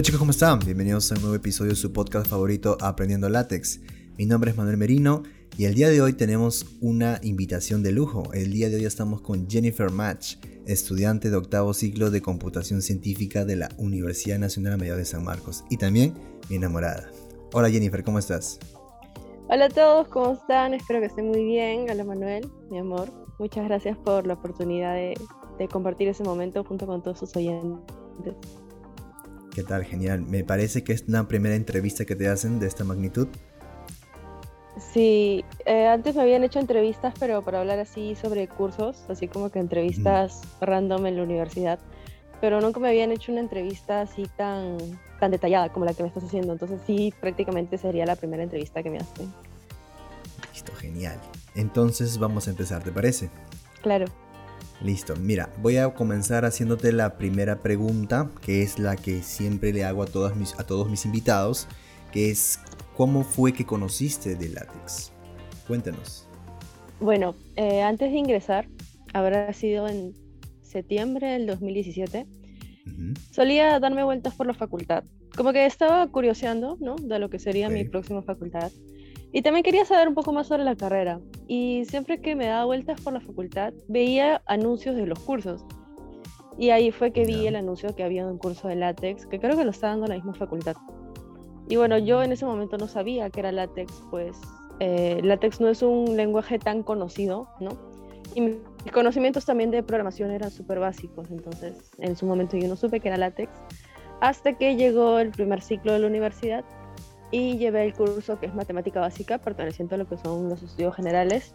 Hola chicos, ¿cómo están? Bienvenidos a un nuevo episodio de su podcast favorito Aprendiendo Látex. Mi nombre es Manuel Merino y el día de hoy tenemos una invitación de lujo. El día de hoy estamos con Jennifer Match, estudiante de octavo ciclo de computación científica de la Universidad Nacional Mayor de San Marcos y también mi enamorada. Hola Jennifer, ¿cómo estás? Hola a todos, ¿cómo están? Espero que estén muy bien. Hola Manuel, mi amor. Muchas gracias por la oportunidad de compartir ese momento junto con todos sus oyentes. ¿Qué tal? Genial. Me parece que es la primera entrevista que te hacen de esta magnitud. Sí, antes me habían hecho entrevistas, pero para hablar así sobre cursos, así como que entrevistas random en la universidad, pero nunca me habían hecho una entrevista así tan detallada como la que me estás haciendo. Entonces sí, prácticamente sería la primera entrevista que me hacen. Listo, genial. Entonces vamos a empezar, ¿te parece? Claro. Listo, mira, voy a comenzar haciéndote la primera pregunta, que es la que siempre le hago a todos mis invitados, que es ¿cómo fue que conociste de látex? Cuéntanos. Bueno, antes de ingresar, habrá sido en septiembre del 2017, solía darme vueltas por la facultad. Como que estaba curioseando, ¿no? De lo que sería mi próxima facultad. Y también quería saber un poco más sobre la carrera. Y siempre que me daba vueltas por la facultad, veía anuncios de los cursos. Y ahí fue que vi el anuncio que había un curso de látex, que creo que lo está dando la misma facultad. Y bueno, yo en ese momento no sabía que era látex, pues látex no es un lenguaje tan conocido, ¿no? Y mis conocimientos también de programación eran súper básicos, entonces en su momento yo no supe que era látex, hasta que llegó el primer ciclo de la universidad y llevé el curso que es matemática básica, perteneciente a lo que son los estudios generales.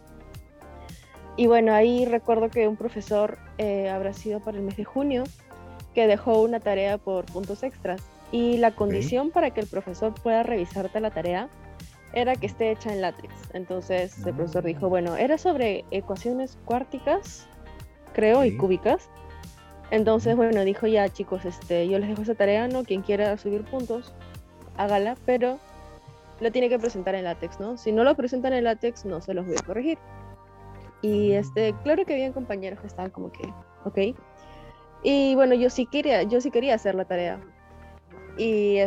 Y bueno, ahí recuerdo que un profesor, habrá sido para el mes de junio, que dejó una tarea por puntos extras. Y la condición para que el profesor pueda revisarte la tarea era que esté hecha en látex. Entonces el profesor dijo, bueno, era sobre ecuaciones cuárticas, creo, y cúbicas. Entonces, bueno, dijo, ya chicos, yo les dejo esa tarea, ¿no? Quien quiera subir puntos, hágala, pero lo tiene que presentar en látex, ¿no? Si no lo presentan en látex, no se los voy a corregir. Y claro que habían compañeros que estaban como que, ok. Y bueno, yo sí quería hacer la tarea. Y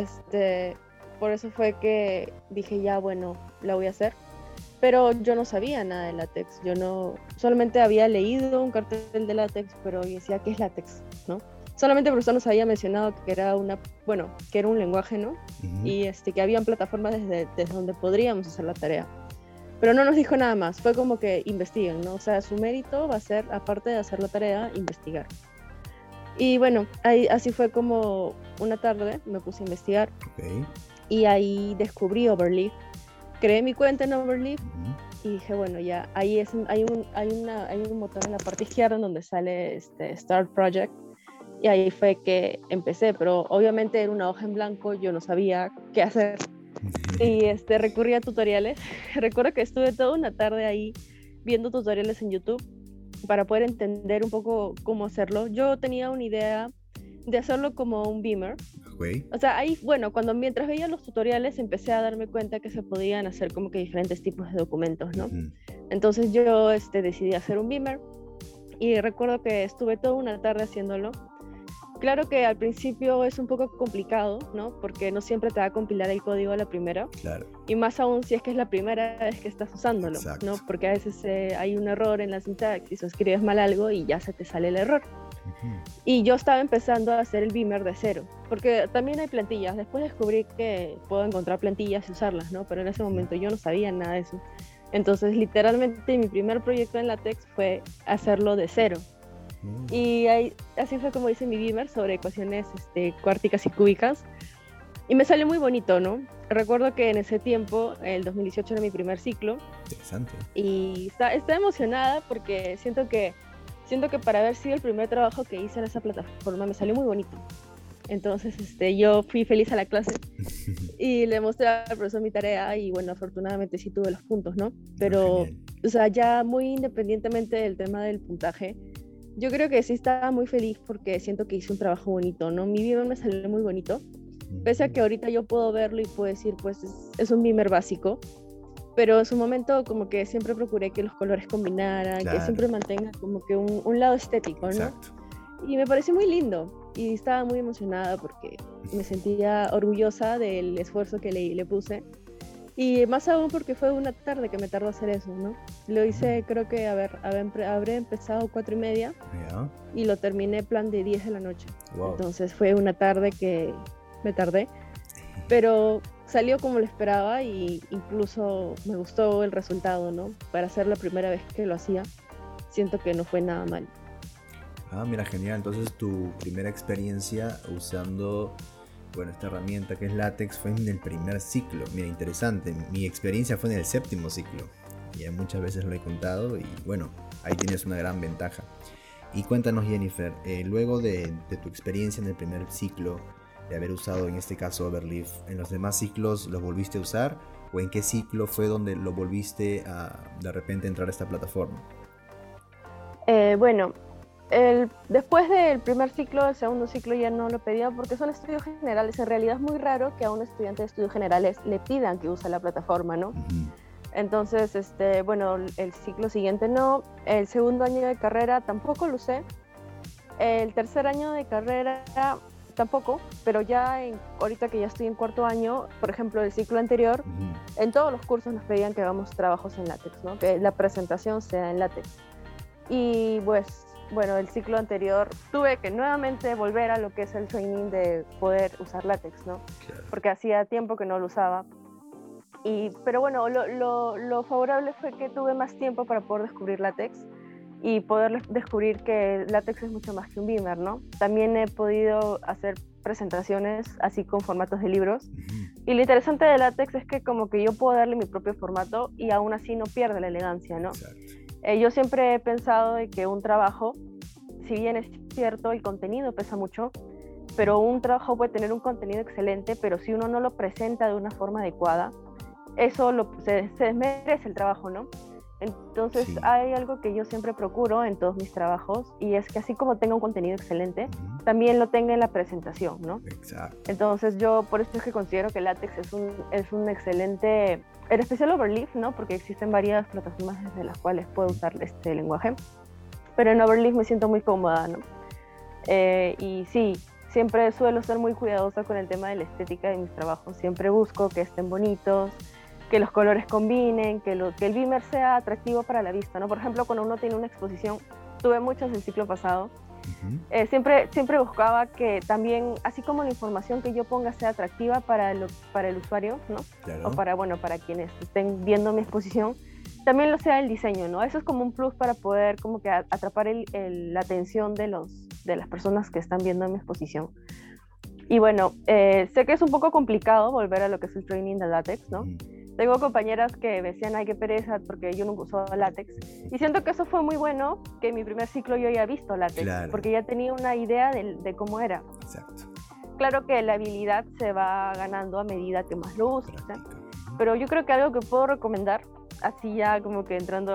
por eso fue que dije, ya, bueno, la voy a hacer. Pero yo no sabía nada de látex. Yo no, solamente había leído un cartel de látex, pero yo decía, ¿qué es látex? ¿No? Solamente el profesor nos había mencionado que era que era un lenguaje, ¿no? Y que habían plataformas desde donde podríamos hacer la tarea. Pero no nos dijo nada más, fue como que investiguen, ¿no? O sea, su mérito va a ser, aparte de hacer la tarea, investigar. Y bueno, así fue como una tarde me puse a investigar. Y ahí descubrí Overleaf. Creé mi cuenta en Overleaf y dije, bueno, ya, ahí hay un botón en la parte izquierda en donde sale Start Project. Y ahí fue que empecé, pero obviamente era una hoja en blanco, yo no sabía qué hacer. Y recurrí a tutoriales. Recuerdo que estuve toda una tarde ahí viendo tutoriales en YouTube para poder entender un poco cómo hacerlo. Yo tenía una idea de hacerlo como un Beamer. O sea, ahí, bueno, mientras veía los tutoriales empecé a darme cuenta que se podían hacer como que diferentes tipos de documentos, ¿no? Entonces yo decidí hacer un Beamer y recuerdo que estuve toda una tarde haciéndolo. Claro que al principio es un poco complicado, ¿no? Porque no siempre te va a compilar el código a la primera. Claro. Y más aún si es que es la primera vez que estás usándolo, ¿no? Porque a veces hay un error en la sintaxis o escribes mal algo y ya se te sale el error. Y yo estaba empezando a hacer el Beamer de cero, porque también hay plantillas. Después descubrí que puedo encontrar plantillas y usarlas, ¿no? Pero en ese momento yo no sabía nada de eso. Entonces, literalmente, mi primer proyecto en LaTeX fue hacerlo de cero. Y así fue como hice mi Beamer sobre ecuaciones cuárticas y cúbicas. Y me salió muy bonito, ¿no? Recuerdo que en ese tiempo, el 2018 era mi primer ciclo. Interesante. Y estaba emocionada porque siento que para haber sido el primer trabajo que hice en esa plataforma me salió muy bonito. Entonces yo fui feliz a la clase y le mostré al profesor mi tarea y bueno, afortunadamente sí tuve los puntos, ¿no? Pero, o sea, ya muy independientemente del tema del puntaje, yo creo que sí estaba muy feliz porque siento que hice un trabajo bonito, ¿no? Mi Beamer me salió muy bonito, pese a que ahorita yo puedo verlo y puedo decir, pues es un Beamer básico, pero en su momento como que siempre procuré que los colores combinaran, que siempre mantenga como que un lado estético, ¿no? Y me pareció muy lindo. y estaba muy emocionada porque me sentía orgullosa del esfuerzo que le puse. Y más aún porque fue una tarde que me tardó hacer eso, ¿no? Lo hice, creo que, habré empezado 4:30 y lo terminé plan de 10 de la noche. Wow. Entonces fue una tarde que me tardé, pero salió como lo esperaba y incluso me gustó el resultado, ¿no? Para ser la primera vez que lo hacía, siento que no fue nada mal. Mira, genial. Entonces tu primera experiencia usando, esta herramienta que es látex fue en el primer ciclo. Mira, interesante. Mi experiencia fue en el 7º ciclo. Ya muchas veces lo he contado y ahí tienes una gran ventaja. Y cuéntanos, Jennifer, luego de tu experiencia en el primer ciclo, de haber usado en este caso Overleaf, ¿en los demás ciclos los volviste a usar? ¿O en qué ciclo fue donde lo volviste a de repente entrar a esta plataforma? Después del primer ciclo, el segundo ciclo ya no lo pedía porque son estudios generales. En realidad es muy raro que a un estudiante de estudios generales le pidan que use la plataforma, ¿no? Uh-huh. Entonces, el ciclo siguiente no. El segundo año de carrera tampoco lo usé. El tercer año de carrera tampoco, pero ahorita que ya estoy en 4º año, por ejemplo, el ciclo anterior, uh-huh, en todos los cursos nos pedían que hagamos trabajos en látex, ¿no? Que la presentación sea en látex. Y el ciclo anterior tuve que nuevamente volver a lo que es el training de poder usar látex, ¿no? Claro. Porque hacía tiempo que no lo usaba. Pero lo favorable fue que tuve más tiempo para poder descubrir látex y poder descubrir que látex es mucho más que un Beamer, ¿no? También he podido hacer presentaciones así con formatos de libros. Uh-huh. Y lo interesante de látex es que como que yo puedo darle mi propio formato y aún así no pierde la elegancia, ¿no? Exacto. Yo siempre he pensado de que un trabajo, si bien es cierto, el contenido pesa mucho, pero un trabajo puede tener un contenido excelente, pero si uno no lo presenta de una forma adecuada, eso se desmerece el trabajo, ¿no? Entonces sí, hay algo que yo siempre procuro en todos mis trabajos y es que así como tenga un contenido excelente, uh-huh, también lo tenga en la presentación, ¿no? Exacto. Entonces yo por eso es que considero que látex es un excelente, en especial Overleaf, ¿no? Porque existen varias plataformas desde las cuales puedo usar este lenguaje, pero en Overleaf me siento muy cómoda, ¿no? Y sí, siempre suelo ser muy cuidadosa con el tema de la estética de mis trabajos, siempre busco que estén bonitos, que los colores combinen, que el Beamer sea atractivo para la vista, ¿no? Por ejemplo, cuando uno tiene una exposición, tuve muchas el ciclo pasado, uh-huh, siempre buscaba que también, así como la información que yo ponga sea atractiva para el usuario, ¿no? Claro. O para quienes estén viendo mi exposición, también lo sea el diseño, ¿no? Eso es como un plus para poder como que atrapar la atención de las personas que están viendo mi exposición. Y sé que es un poco complicado volver a lo que es el training de látex, ¿no? Uh-huh. Tengo compañeras que me decían, ay, qué pereza, porque yo nunca usaba látex. Y siento que eso fue muy bueno, que en mi primer ciclo yo ya visto látex, claro, porque ya tenía una idea de cómo era. Exacto. Claro que la habilidad se va ganando a medida que más lo usas, ¿eh? Pero yo creo que algo que puedo recomendar, así ya como que entrando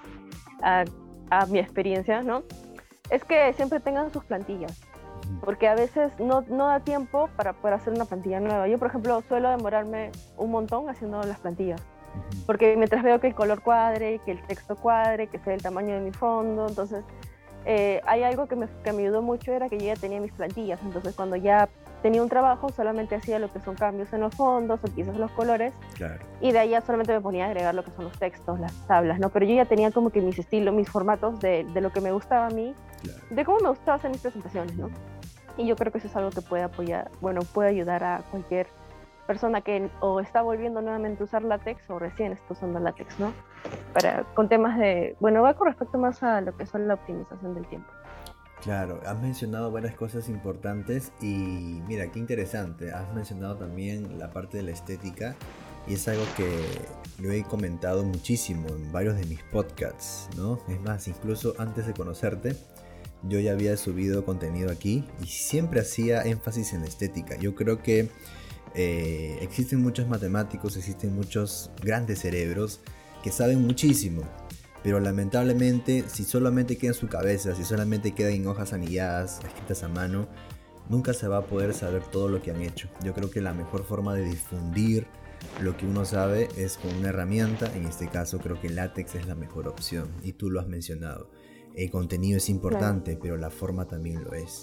a mi experiencia, ¿no? Es que siempre tengan sus plantillas, porque a veces no da tiempo para poder hacer una plantilla nueva. Yo, por ejemplo, suelo demorarme un montón haciendo las plantillas, porque mientras veo que el color cuadre, que el texto cuadre, que sea el tamaño de mi fondo, entonces hay algo que me ayudó mucho, era que yo ya tenía mis plantillas, entonces cuando ya tenía un trabajo solamente hacía lo que son cambios en los fondos o quizás los colores, claro, y de ahí ya solamente me ponía a agregar lo que son los textos, las tablas, ¿no? Pero yo ya tenía como que mis estilos, mis formatos de lo que me gustaba a mí, claro, de cómo me gustaba hacer mis presentaciones, ¿no? Y yo creo que eso es algo que puede puede ayudar a cualquier persona que o está volviendo nuevamente a usar látex o recién está usando látex, ¿no? Con temas va con respecto más a lo que son la optimización del tiempo. Claro, has mencionado varias cosas importantes y mira, qué interesante, has mencionado también la parte de la estética y es algo que lo he comentado muchísimo en varios de mis podcasts, ¿no? Es más, incluso antes de conocerte, yo ya había subido contenido aquí y siempre hacía énfasis en la estética. Yo creo que existen muchos matemáticos, existen muchos grandes cerebros que saben muchísimo, pero lamentablemente si solamente queda en su cabeza, si solamente queda en hojas anilladas, escritas a mano, nunca se va a poder saber todo lo que han hecho. Yo creo que la mejor forma de difundir lo que uno sabe es con una herramienta. En este caso creo que látex es la mejor opción y tú lo has mencionado. El contenido es importante, claro, pero la forma también lo es.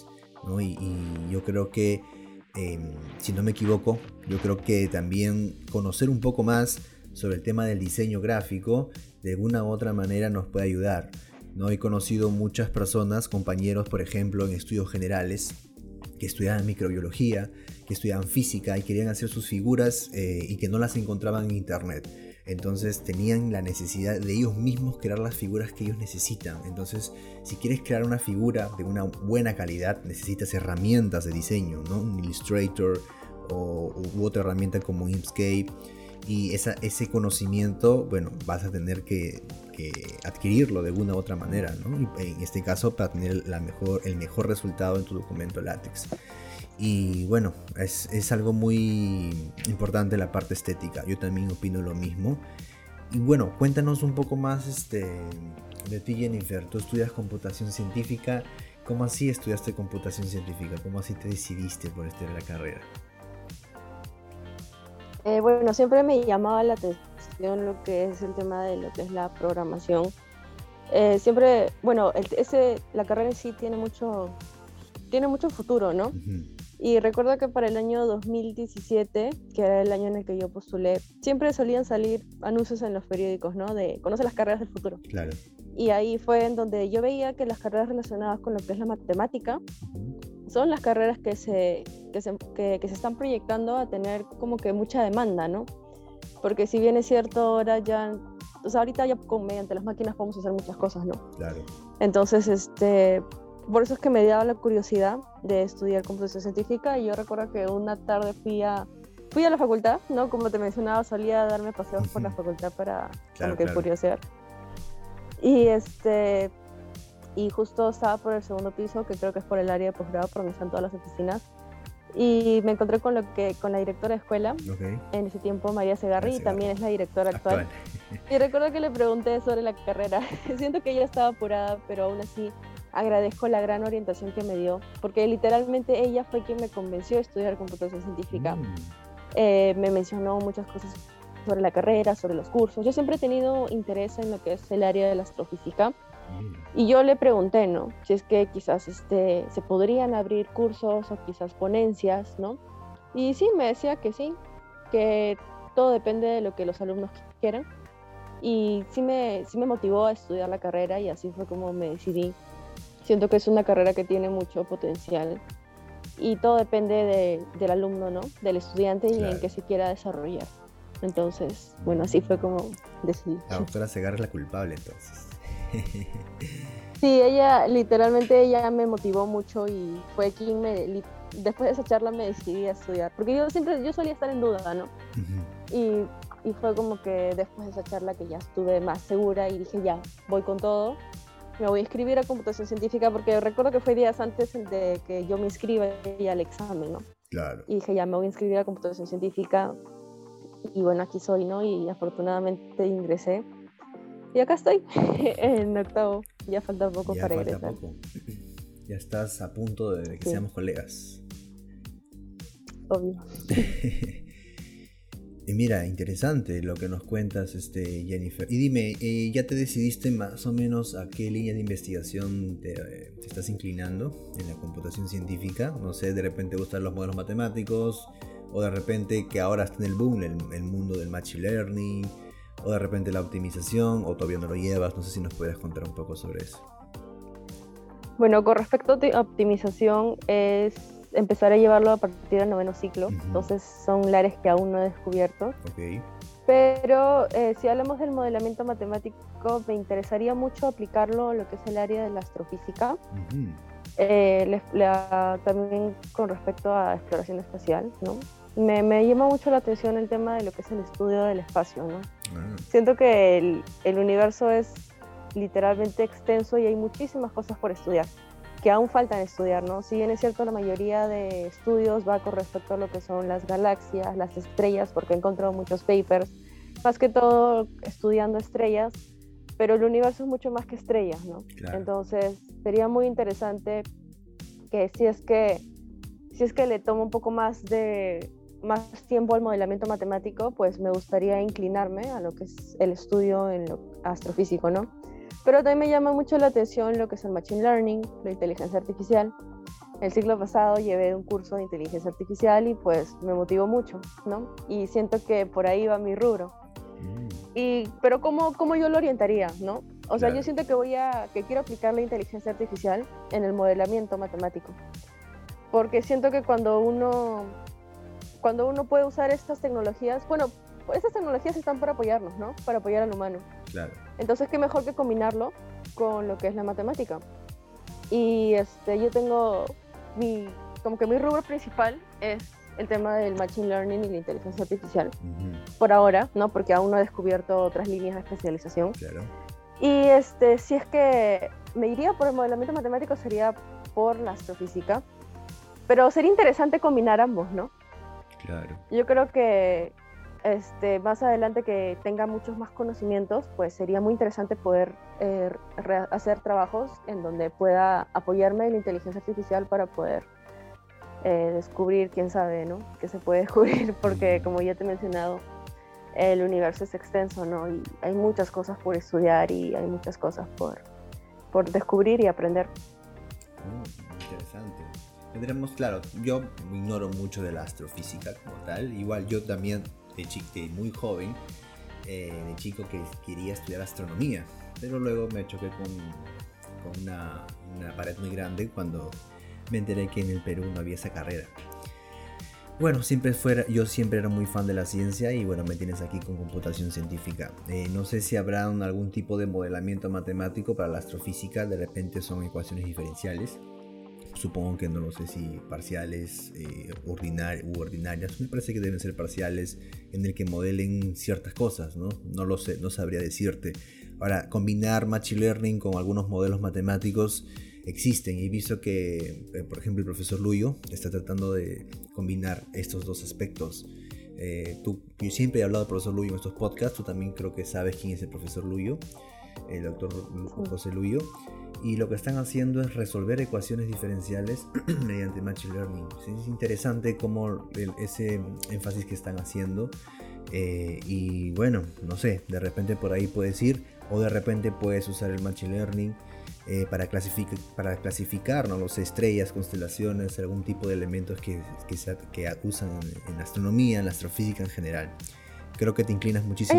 ¿no? Y yo creo que, si no me equivoco, yo creo que también conocer un poco más sobre el tema del diseño gráfico de alguna u otra manera nos puede ayudar, ¿no? He conocido muchas personas, compañeros, por ejemplo, en estudios generales, que estudiaban microbiología, que estudiaban física y querían hacer sus figuras y que no las encontraban en internet. Entonces tenían la necesidad de ellos mismos crear las figuras que ellos necesitan. Entonces, si quieres crear una figura de una buena calidad, necesitas herramientas de diseño, ¿no? Un Illustrator u otra herramienta como Inkscape. Y ese conocimiento, bueno, vas a tener que adquirirlo de alguna u otra manera, ¿no? Y en este caso, para tener el mejor resultado en tu documento LaTeX. Y bueno, es algo muy importante la parte estética. Yo también opino lo mismo. Y bueno, cuéntanos un poco más de ti, Jennifer. Tú estudias computación científica. ¿Cómo así estudiaste computación científica? ¿Cómo así te decidiste por estudiar la carrera? Bueno, siempre me llamaba la atención lo que es el tema de lo que es la programación. Siempre, bueno, la carrera en sí tiene mucho futuro, ¿no? Uh-huh. Y recuerdo que para el año 2017, que era el año en el que yo postulé, siempre solían salir anuncios en los periódicos, ¿no? De conoce las carreras del futuro. Claro. Y ahí fue en donde yo veía que las carreras relacionadas con lo que es la matemática son las carreras que se están proyectando a tener como que mucha demanda, ¿no? Porque si bien es cierto, ahora ya, o sea, ahorita ya mediante las máquinas podemos hacer muchas cosas, ¿no? Claro. Entonces, por eso es que me daba la curiosidad de estudiar computación científica. Y yo recuerdo que una tarde fui a la facultad, ¿no? Como te mencionaba, solía darme paseos por la facultad para curiosear. Y justo estaba por el segundo piso, que creo que es por el área de posgrado, por donde están todas las oficinas. Y me encontré con la directora de escuela, en ese tiempo, María Segarri, y también es la directora actual. Y recuerdo que le pregunté sobre la carrera. Siento que ella estaba apurada, pero aún así agradezco la gran orientación que me dio, porque literalmente ella fue quien me convenció de estudiar computación científica. Me mencionó muchas cosas sobre la carrera, sobre los cursos. Yo siempre he tenido interés en lo que es el área de la astrofísica. Y yo le pregunté, ¿no? Si es que quizás se podrían abrir cursos o quizás ponencias, ¿no? Y sí, me decía que sí, que todo depende de lo que los alumnos quieran. Y sí me motivó a estudiar la carrera, y así fue como me decidí. Siento que es una carrera que tiene mucho potencial y todo depende del alumno, ¿no? Del estudiante, y en qué se quiera desarrollar. Entonces, bueno, así fue como decidí. La doctora Segarra es la culpable, entonces. Sí, literalmente ella me motivó mucho, y fue quien después de esa charla me decidí a estudiar, porque yo solía estar en duda, ¿no? Uh-huh. Y fue como que después de esa charla que ya estuve más segura y dije, ya, voy con todo, me voy a inscribir a computación científica, porque recuerdo que fue días antes de que yo me inscriba al examen, ¿no? Claro. Y dije, ya, me voy a inscribir a computación científica, y bueno, aquí soy, ¿no? Y afortunadamente ingresé. Y acá estoy, en octavo. Ya falta poco para ingresar. Ya estás a punto de que seamos colegas. Obvio. Y mira, interesante lo que nos cuentas, Jennifer. Y dime, ¿ya te decidiste más o menos a qué línea de investigación te estás inclinando en la computación científica? No sé, de repente gustan los modelos matemáticos, o de repente que ahora está en el boom el mundo del machine learning, o de repente la optimización, o todavía no lo llevas. No sé si nos puedes contar un poco sobre eso. Bueno, con respecto a optimización, es empezar a llevarlo a partir del 9º ciclo. Uh-huh. Entonces son áreas que aún no he descubierto. Okay. Pero si hablamos del modelamiento matemático, me interesaría mucho aplicarlo a lo que es el área de la astrofísica. Uh-huh. También con respecto a exploración espacial, ¿no? Me llama mucho la atención el tema de lo que es el estudio del espacio, ¿no? Siento que el universo es literalmente extenso y hay muchísimas cosas por estudiar, que aún faltan estudiar, ¿no? Si bien es cierto, la mayoría de estudios va con respecto a lo que son las galaxias, las estrellas, porque he encontrado muchos papers, más que todo estudiando estrellas, pero el universo es mucho más que estrellas, ¿no? Claro. Entonces, sería muy interesante que si es que le tomo un poco más tiempo al modelamiento matemático, pues me gustaría inclinarme a lo que es el estudio en lo astrofísico, ¿no? Pero también me llama mucho la atención lo que es el machine learning, la inteligencia artificial, el ciclo pasado llevé un curso de inteligencia artificial y pues me motivó mucho, ¿no? Y siento que por ahí va mi rubro. Pero ¿cómo yo lo orientaría, no? O sea, Claro. yo siento que quiero aplicar la inteligencia artificial en el modelamiento matemático. Porque siento que cuando uno puede usar estas tecnologías, bueno, estas tecnologías están para apoyarnos, ¿no? Para apoyar al humano. Claro. Entonces, qué mejor que combinarlo con lo que es la matemática. Y yo tengo como que mi rubro principal es el tema del machine learning y la inteligencia artificial. Por ahora, ¿no? Porque aún no he descubierto otras líneas de especialización. Claro. Y si es que me iría por el modelamiento matemático, sería por la astrofísica. Pero sería interesante combinar ambos, ¿no? Claro. Yo creo que más adelante que tenga muchos más conocimientos, pues sería muy interesante poder hacer trabajos en donde pueda apoyarme en la inteligencia artificial para poder descubrir, quién sabe, ¿no? Que se puede descubrir, porque como ya te he mencionado, el universo es extenso, ¿no? Y hay muchas cosas por estudiar y hay muchas cosas por descubrir y aprender. Interesante. Tendremos, claro, yo ignoro mucho de la astrofísica como tal. Igual yo también, de muy joven, de chico que quería estudiar astronomía, pero luego me choqué con una pared muy grande cuando me enteré que en el Perú no había esa carrera. Bueno, yo siempre era muy fan de la ciencia y bueno, me tienes aquí con computación científica. No sé si habrá algún tipo de modelamiento matemático para la astrofísica, de repente son ecuaciones diferenciales. Supongo que no lo sé si parciales ordinarias. Me parece que deben ser parciales en el que modelen ciertas cosas, ¿no? No lo sé, no sabría decirte. Ahora, combinar Machine Learning con algunos modelos matemáticos existen. Y he visto que, por ejemplo, el profesor Luyo está tratando de combinar estos dos aspectos. Yo siempre he hablado del profesor Luyo en estos podcasts. Tú también creo que sabes quién es el profesor Luyo, el doctor José Luyo. Y lo que están haciendo es resolver ecuaciones diferenciales mediante Machine Learning. Es interesante cómo ese énfasis que están haciendo. Y bueno, no sé, de repente por ahí puedes ir, o de repente puedes usar el Machine Learning para clasificar, ¿no? Los estrellas, constelaciones, algún tipo de elementos que usan en la astronomía, en la astrofísica en general. Creo que te inclinas muchísimo.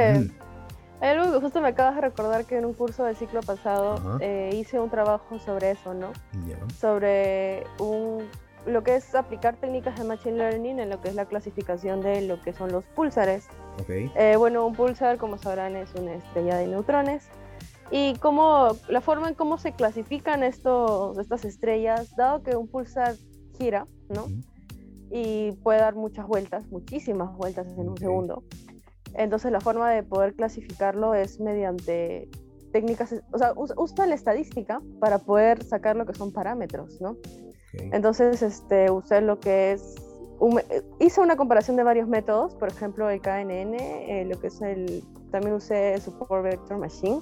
Hay algo que justo me acabas de recordar, que en un curso del ciclo pasado hice un trabajo sobre eso, ¿no? Yeah. Sobre lo que es aplicar técnicas de Machine Learning en lo que es la clasificación de lo que son los púlsares. Okay. Bueno, un púlsar, como sabrán, es una estrella de neutrones. Y la forma en cómo se clasifican estas estrellas, dado que un púlsar gira, ¿no? Y puede dar muchas vueltas, muchísimas vueltas en un segundo. Entonces la forma de poder clasificarlo es mediante técnicas, o sea, usa la estadística para poder sacar lo que son parámetros, ¿no? Entonces usé lo que es, hice una comparación de varios métodos, por ejemplo el KNN, lo que es también usé el Support Vector Machine,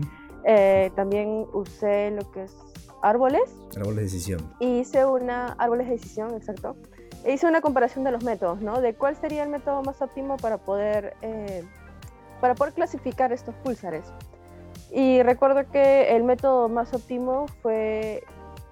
también usé lo que es árboles de decisión. Y hice árboles de decisión, exacto. Hice una comparación de los métodos, ¿no? De cuál sería el método más óptimo para poder clasificar estos púlsares. Y recuerdo que el método más óptimo fue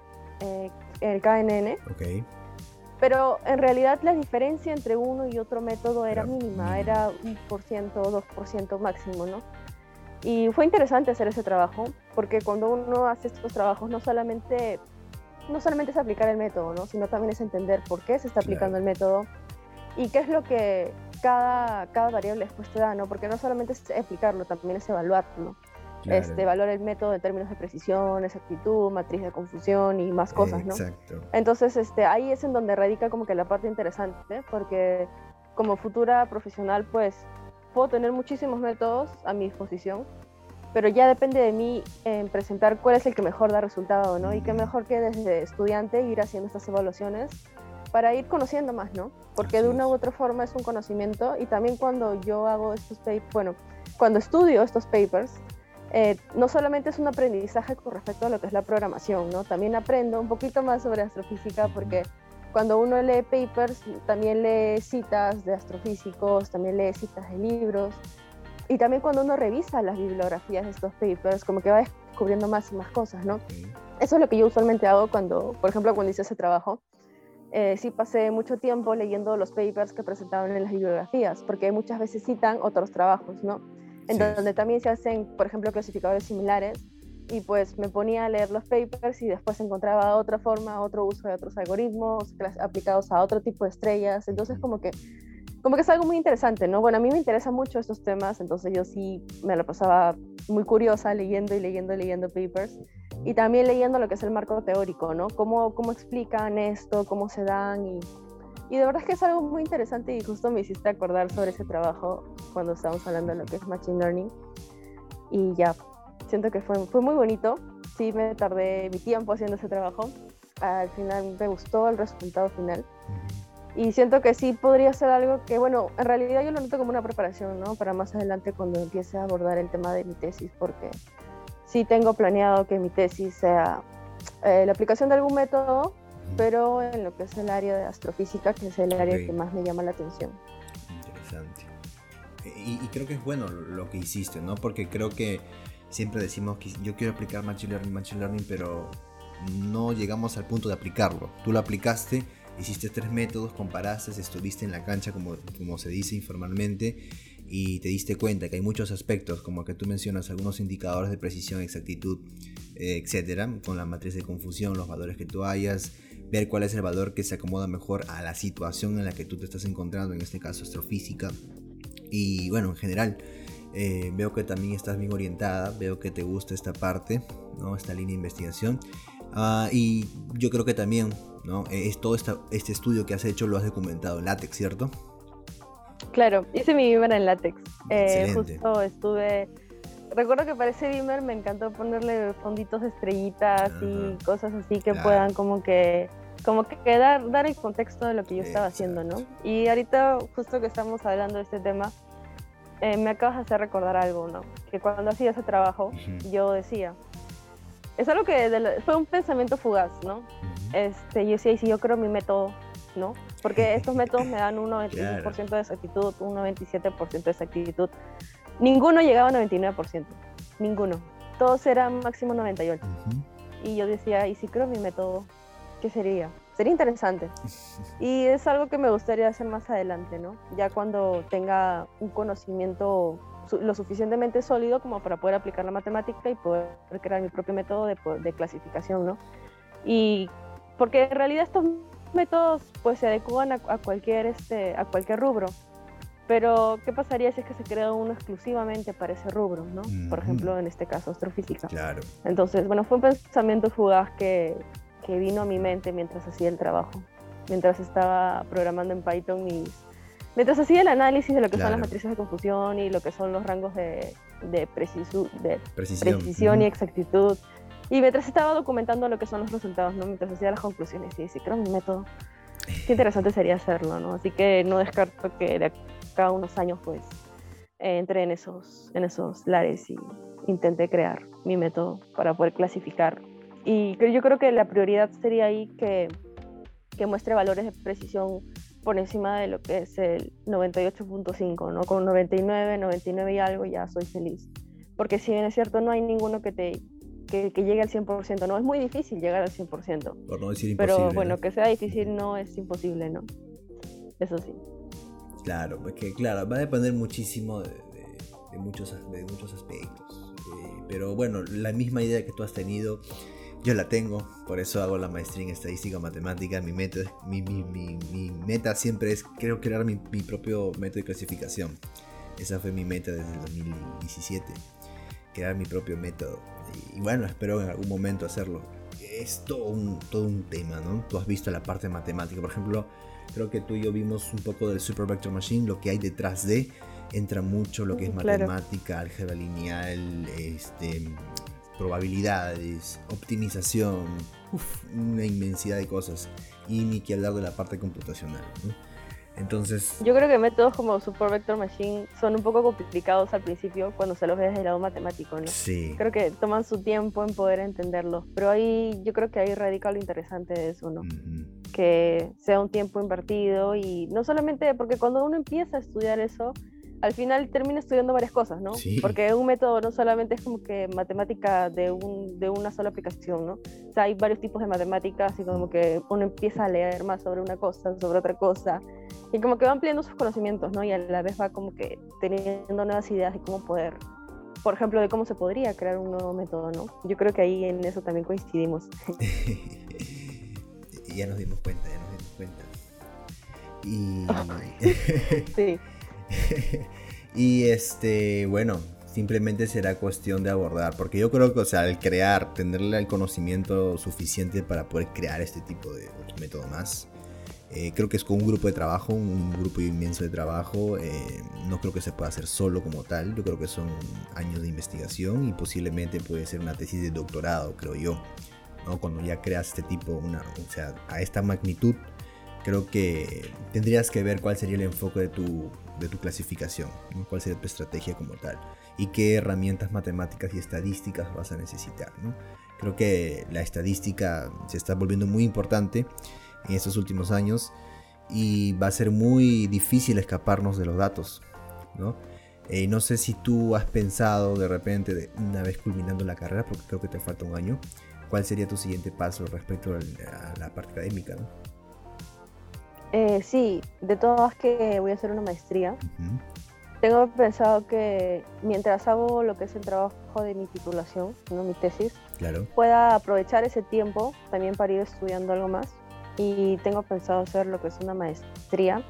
el KNN. Okay. Pero en realidad la diferencia entre uno y otro método era mínima, era 1%, 2% máximo, ¿no? Y fue interesante hacer ese trabajo, porque cuando uno hace estos trabajos no solamente es aplicar el método, ¿no? Sino también es entender por qué se está aplicando el método y qué es lo que cada variable después te da, ¿no? Porque no solamente es aplicarlo, también es evaluarlo. Claro. Evaluar el método en términos de precisión, exactitud, matriz de confusión y más cosas, ¿no? Exacto. Entonces, ahí es en donde radica como que la parte interesante, porque como futura profesional, pues, puedo tener muchísimos métodos a mi disposición, pero ya depende de mí en presentar cuál es el que mejor da resultado, ¿no? Y qué mejor que desde estudiante ir haciendo estas evaluaciones para ir conociendo más, ¿no? Porque de una u otra forma es un conocimiento, y también cuando yo hago cuando estudio estos papers, no solamente es un aprendizaje con respecto a lo que es la programación, ¿no? También aprendo un poquito más sobre astrofísica, porque cuando uno lee papers, también lee citas de astrofísicos, también lee citas de libros, y también cuando uno revisa las bibliografías de estos papers, como que va descubriendo más y más cosas, ¿no? Eso es lo que yo usualmente hago cuando, por ejemplo, cuando hice ese trabajo. Sí pasé mucho tiempo leyendo los papers que presentaban en las bibliografías, porque muchas veces citan otros trabajos, ¿no? En Sí. donde también se hacen, por ejemplo, clasificadores similares, y pues me ponía a leer los papers y después encontraba otra forma, otro uso de otros algoritmos aplicados a otro tipo de estrellas. Entonces como que es algo muy interesante, ¿no? Bueno, a mí me interesan mucho estos temas, entonces yo sí me lo pasaba muy curiosa leyendo y leyendo papers, y también leyendo lo que es el marco teórico, ¿no? Cómo explican esto, cómo se dan, y de verdad es que es algo muy interesante, y justo me hiciste acordar sobre ese trabajo cuando estábamos hablando de lo que es Machine Learning, y ya, siento que fue muy bonito. Sí, me tardé mi tiempo haciendo ese trabajo, al final me gustó el resultado final. Y siento que sí podría ser algo que, bueno, en realidad yo lo noto como una preparación, ¿no? Para más adelante cuando empiece a abordar el tema de mi tesis, porque sí tengo planeado que mi tesis sea la aplicación de algún método, pero en lo que es el área de astrofísica, que es el área que más me llama la atención. Interesante. Y creo que es bueno lo que hiciste, ¿no? Porque creo que siempre decimos que yo quiero aplicar Machine Learning, pero no llegamos al punto de aplicarlo. Tú lo aplicaste, hiciste 3 métodos, comparaste, estuviste en la cancha, como se dice informalmente, y te diste cuenta que hay muchos aspectos, como que tú mencionas, algunos indicadores de precisión, exactitud, etcétera, con la matriz de confusión, los valores que tú hayas, ver cuál es el valor que se acomoda mejor a la situación en la que tú te estás encontrando, en este caso astrofísica. Y bueno, en general, veo que también estás bien orientada, veo que te gusta esta parte, ¿no? Esta línea de investigación. Y yo creo que también, ¿no? Todo este estudio que has hecho lo has documentado en LaTeX, ¿cierto? Claro, hice mi Beamer en LaTeX. Excelente. Justo recuerdo que para ese Beamer me encantó ponerle fonditos de estrellitas y cosas así que puedan como que dar el contexto de lo que yo estaba haciendo, ¿no? Y ahorita, justo que estamos hablando de este tema, me acabas de hacer recordar algo, ¿no? Que cuando hacía ese trabajo, yo decía, es algo que fue un pensamiento fugaz, ¿no? Yo decía, y si yo creo mi método, ¿no? Porque estos métodos me dan un 96% de exactitud, un 97% de exactitud. Ninguno llegaba a 99%, ninguno. Todos eran máximo 98%. Y yo decía, ¿y si creo mi método, qué sería? Sería interesante. Y es algo que me gustaría hacer más adelante, ¿no? Ya cuando tenga un conocimiento lo suficientemente sólido como para poder aplicar la matemática y poder crear mi propio método de clasificación, ¿no? Y porque en realidad estos métodos pues se adecuan a cualquier rubro. Pero, ¿qué pasaría si es que se crea uno exclusivamente para ese rubro, ¿no? Por ejemplo, en este caso, astrofísica. Claro. Entonces, bueno, fue un pensamiento fugaz que vino a mi mente mientras hacía el trabajo, mientras estaba programando en Python mientras hacía el análisis de lo que son las matrices de confusión y lo que son los rangos de precisión y exactitud. Y mientras estaba documentando lo que son los resultados, ¿no? Mientras hacía las conclusiones, y creo mi método. Qué interesante sería hacerlo, ¿no? Así que no descarto que de acá a unos años, pues, entre en esos lares y intenté crear mi método para poder clasificar. Y yo creo que la prioridad sería ahí que muestre valores de precisión por encima de lo que es el 98.5, ¿no? Con 99 y algo ya soy feliz. Porque si bien es cierto, no hay ninguno que llegue al 100%, ¿no? Es muy difícil llegar al 100%. Por no decir imposible. Pero bueno, ¿no? Que sea difícil no es imposible, ¿no? Eso sí. Claro, porque claro, va a depender muchísimo de muchos aspectos. Pero bueno, la misma idea que tú has tenido, yo la tengo, por eso hago la maestría en estadística matemática. Mi meta siempre es, creo, crear mi propio método de clasificación. Esa fue mi meta desde el 2017, crear mi propio método. Y bueno, espero en algún momento hacerlo. Es todo un tema, ¿no? Tú has visto la parte matemática, por ejemplo. Creo que tú y yo vimos un poco del Super Vector Machine, lo que hay detrás de, entra mucho lo que es matemática, álgebra lineal, probabilidades, optimización, una inmensidad de cosas, y ni que hablar de la parte computacional, ¿no? Entonces, yo creo que métodos como Super Vector Machine son un poco complicados al principio cuando se los ve desde el lado matemático, ¿no? Sí. Creo que toman su tiempo en poder entenderlos, pero yo creo que ahí radica lo interesante de eso, ¿no? Que sea un tiempo invertido, y no solamente porque cuando uno empieza a estudiar eso, al final termina estudiando varias cosas, ¿no? Sí. Porque un método no solamente es como que matemática de una sola aplicación, ¿no? O sea, hay varios tipos de matemáticas y como que uno empieza a leer más sobre una cosa, sobre otra cosa, y como que va ampliando sus conocimientos, ¿no? Y a la vez va como que teniendo nuevas ideas de cómo poder, por ejemplo, de cómo se podría crear un nuevo método, ¿no? Yo creo que ahí en eso también coincidimos. Ya nos dimos cuenta. Y... Sí. Y bueno, simplemente será cuestión de abordar, porque yo creo que, o sea, el crear, tenerle el conocimiento suficiente para poder crear este tipo de otro método más, creo que es con un grupo de trabajo, un grupo inmenso de trabajo, no creo que se pueda hacer solo como tal, yo creo que son años de investigación y posiblemente puede ser una tesis de doctorado, creo yo, ¿no? Cuando ya creas este tipo, o sea, a esta magnitud, creo que tendrías que ver cuál sería el enfoque de tu clasificación, ¿no? Cuál sería tu estrategia como tal y qué herramientas matemáticas y estadísticas vas a necesitar, ¿no? Creo que la estadística se está volviendo muy importante en estos últimos años y va a ser muy difícil escaparnos de los datos, ¿no? No sé si tú has pensado de repente, una vez culminando la carrera, porque creo que te falta un año, cuál sería tu siguiente paso respecto a la parte académica, ¿no? Sí, de todas que voy a hacer una maestría. Uh-huh. Tengo pensado que mientras hago lo que es el trabajo de mi titulación, ¿no? Mi tesis, Claro. pueda aprovechar ese tiempo también para ir estudiando algo más. Y tengo pensado hacer lo que es una maestría.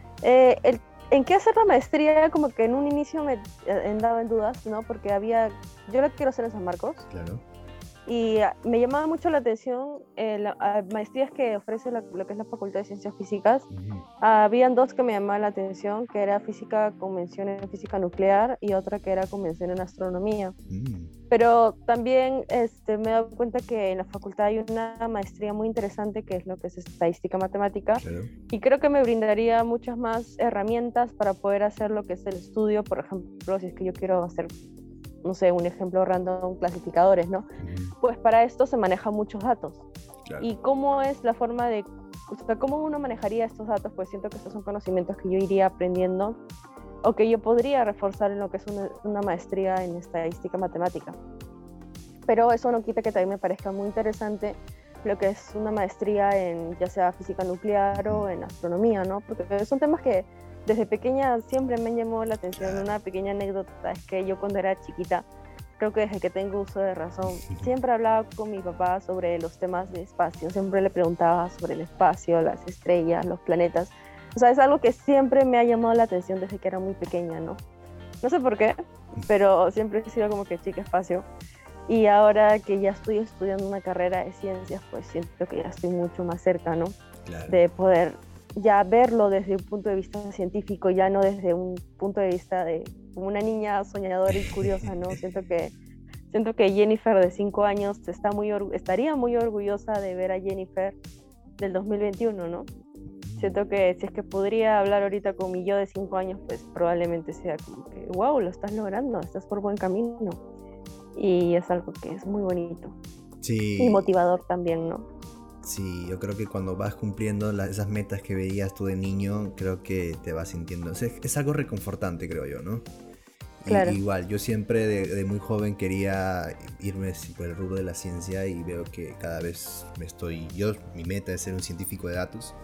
¿En qué hacer la maestría? Como que en un inicio me andaba en dudas, ¿no? Porque yo la quiero hacer en San Marcos. Claro. Y me llamaba mucho la atención las maestrías que ofrece lo que es la Facultad de Ciencias Físicas. Uh-huh. Habían dos que me llamaban la atención, que era física con mención en física nuclear y otra que era con mención en astronomía. Uh-huh. Pero también me he dado cuenta que en la facultad hay una maestría muy interesante que es lo que es estadística matemática. Claro. Y creo que me brindaría muchas más herramientas para poder hacer lo que es el estudio, por ejemplo, si es que yo quiero hacer, no sé, un ejemplo random, clasificadores, ¿no? Uh-huh. Pues para esto se manejan muchos datos. Claro. Y cómo es la forma de, o sea, cómo uno manejaría estos datos, pues siento que estos son conocimientos que yo iría aprendiendo o que yo podría reforzar en lo que es una maestría en estadística matemática. Pero eso no quita que también me parezca muy interesante lo que es una maestría en ya sea física nuclear o en astronomía, ¿no? Porque son temas que desde pequeña siempre me han llamado la atención. Una pequeña anécdota es que yo cuando era chiquita, creo que desde que tengo uso de razón, siempre hablaba con mi papá sobre los temas de espacio, siempre le preguntaba sobre el espacio, las estrellas, los planetas. O sea, es algo que siempre me ha llamado la atención desde que era muy pequeña, ¿no? No sé por qué, pero siempre he sido como que chica espacio. Y ahora que ya estoy estudiando una carrera de ciencias, pues siento que ya estoy mucho más cerca, ¿no? Claro. De poder ya verlo desde un punto de vista científico, ya no desde un punto de vista de como una niña soñadora y curiosa, ¿no? Siento que Jennifer de 5 años estaría muy orgullosa de ver a Jennifer del 2021, ¿no? Siento que si es que podría hablar ahorita con mi yo de 5 años, pues probablemente sea como que, wow, lo estás logrando, estás por buen camino. Y es algo que es muy bonito. Sí. Y motivador también, ¿no? Sí, yo creo que cuando vas cumpliendo esas metas que veías tú de niño, creo que te vas sintiendo... O sea, es algo reconfortante, creo yo, ¿no? Claro. Igual, yo siempre de muy joven quería irme por el rubro de la ciencia y veo que cada vez mi meta es ser un científico de datos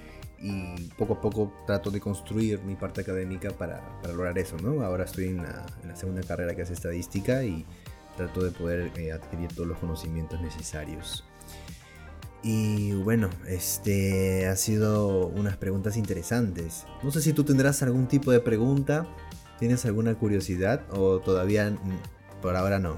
y poco a poco trato de construir mi parte académica para lograr eso, ¿no? Ahora estoy en la segunda carrera que es estadística y trato de poder adquirir todos los conocimientos necesarios. Y bueno, ha sido unas preguntas interesantes. No sé si tú tendrás algún tipo de pregunta. ¿Tienes alguna curiosidad o todavía por ahora no?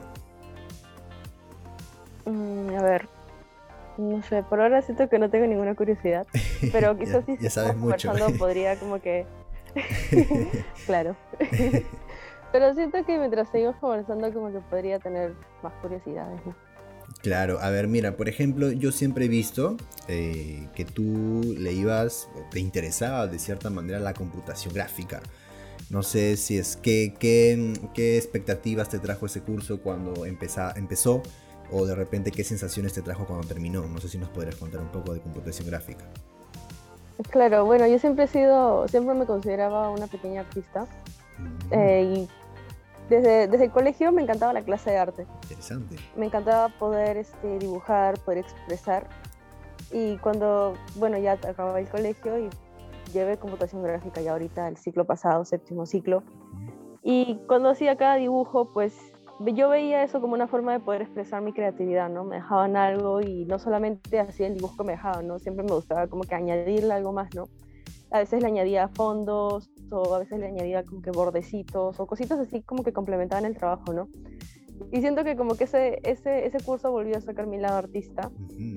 A ver, no sé, por ahora siento que no tengo ninguna curiosidad, pero quizás si ya sabes mucho. Conversando podría como que... Claro. Pero siento que mientras seguimos conversando como que podría tener más curiosidades, ¿no? Claro, a ver, mira, por ejemplo, yo siempre he visto que tú te interesaba de cierta manera la computación gráfica. No sé si es qué expectativas te trajo ese curso cuando empezó o de repente qué sensaciones te trajo cuando terminó. No sé si nos podrías contar un poco de computación gráfica. Claro, bueno, yo siempre me consideraba una pequeña artista. Y desde el colegio me encantaba la clase de arte. Interesante. Me encantaba poder dibujar, poder expresar. Y cuando, bueno, ya acababa el colegio y llevé computación gráfica ya ahorita el ciclo pasado, séptimo ciclo. Y cuando hacía cada dibujo, pues yo veía eso como una forma de poder expresar mi creatividad, ¿no? Me dejaban algo y no solamente hacía el dibujo que me dejaban, ¿no? Siempre me gustaba como que añadirle algo más, ¿no? A veces le añadía fondos o a veces le añadía como que bordecitos o cositas así como que complementaban el trabajo, ¿no? Y siento que como que ese curso volvió a sacar mi lado artista,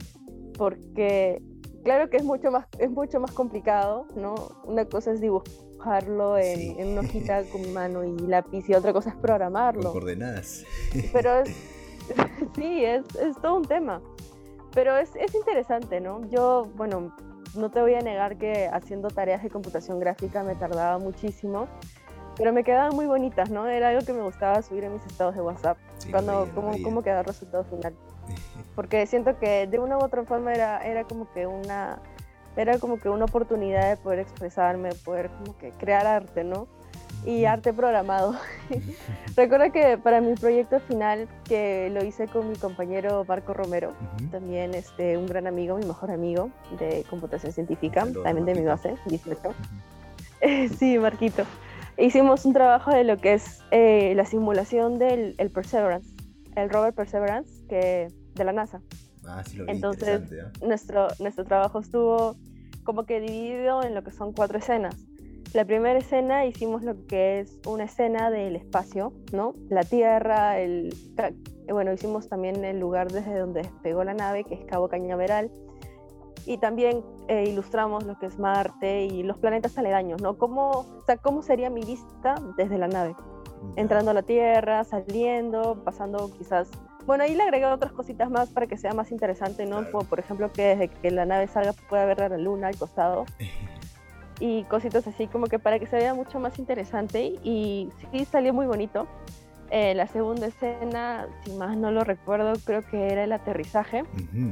porque claro que es mucho más complicado, ¿no? Una cosa es dibujarlo en una hojita con mano y lápiz y otra cosa es programarlo. Con coordenadas. Pero sí, es todo un tema. Pero es interesante, ¿no? Yo, bueno, no te voy a negar que haciendo tareas de computación gráfica me tardaba muchísimo, pero me quedaban muy bonitas, ¿no? Era algo que me gustaba subir en mis estados de WhatsApp, Sí, cómo quedaba el resultado final. Porque siento que de una u otra forma era como que una oportunidad de poder expresarme, poder como que crear arte, ¿no? Y arte programado. Recuerdo que para mi proyecto final, que lo hice con mi compañero Marco Romero, también un gran amigo, mi mejor amigo de computación científica, también de mi base, 18. Sí, Marquito. Hicimos un trabajo de lo que es la simulación del Perseverance, el rover Perseverance de la NASA. Sí lo vi. Entonces, nuestro trabajo estuvo como que dividido en lo que son 4 escenas. La primera escena hicimos lo que es una escena del espacio, ¿no? La Tierra, bueno, hicimos también el lugar desde donde despegó la nave, que es Cabo Cañaveral, y también ilustramos lo que es Marte y los planetas aledaños, ¿no? ¿Cómo sería mi vista desde la nave? Entrando a la Tierra, saliendo, pasando quizás... Bueno, ahí le agregué otras cositas más para que sea más interesante, ¿no? Claro. Como por ejemplo que desde que la nave salga pueda ver a la luna al costado. Y cositas así como que para que se vea mucho más interesante, y sí salió muy bonito. La segunda escena, si más no lo recuerdo, creo que era el aterrizaje.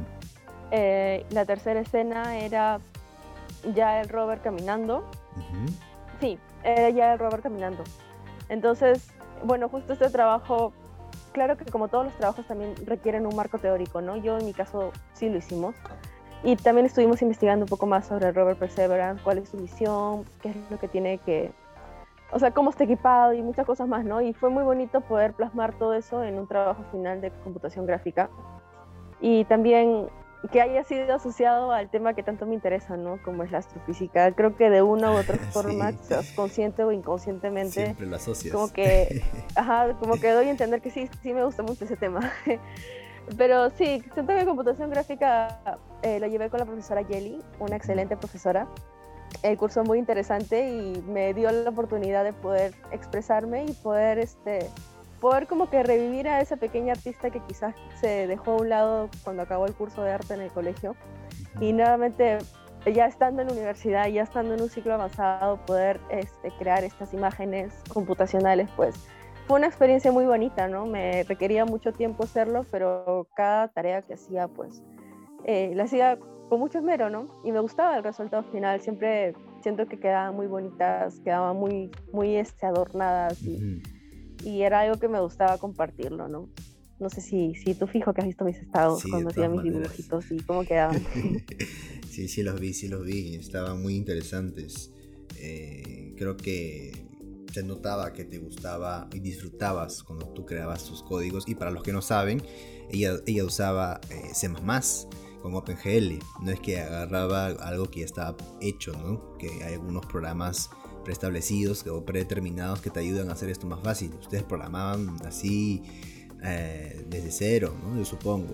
La tercera escena era ya el rover caminando. Sí, era ya el rover caminando. Entonces, bueno, justo este trabajo, claro que como todos los trabajos también requieren un marco teórico, ¿no? Yo en mi caso sí lo hicimos. Y también estuvimos investigando un poco más sobre el rover Perseverance, cuál es su misión, qué es lo que tiene que... O sea, cómo está equipado y muchas cosas más, ¿no? Y fue muy bonito poder plasmar todo eso en un trabajo final de computación gráfica. Y también que haya sido asociado al tema que tanto me interesa, ¿no? Como es la astrofísica. Creo que de una u otra forma, quizás consciente o inconscientemente, siempre lo asocias. Como que doy a entender que sí me gusta mucho ese tema. Pero sí, siento que computación gráfica lo llevé con la profesora Yeli, una excelente profesora. El curso muy interesante y me dio la oportunidad de poder expresarme y poder como que revivir a esa pequeña artista que quizás se dejó a un lado cuando acabó el curso de arte en el colegio. Y nuevamente, ya estando en la universidad, ya estando en un ciclo avanzado, poder crear estas imágenes computacionales, pues fue una experiencia muy bonita, ¿no? Me requería mucho tiempo hacerlo, pero cada tarea que hacía, pues, la hacía con mucho esmero, ¿no? Y me gustaba el resultado final. Siempre siento que quedaban muy bonitas, quedaban muy, muy adornadas y era algo que me gustaba compartirlo, ¿no? No sé si tú fijo que has visto mis estados cuando hacía mis dibujitos y cómo quedaban. Sí los vi, estaban muy interesantes. Creo que se notaba que te gustaba y disfrutabas cuando tú creabas tus códigos. Y para los que no saben, ella usaba C++ con OpenGL. No es que agarraba algo que ya estaba hecho, ¿no? Que hay algunos programas preestablecidos o predeterminados que te ayudan a hacer esto más fácil. Ustedes programaban así desde cero, ¿no? Yo supongo.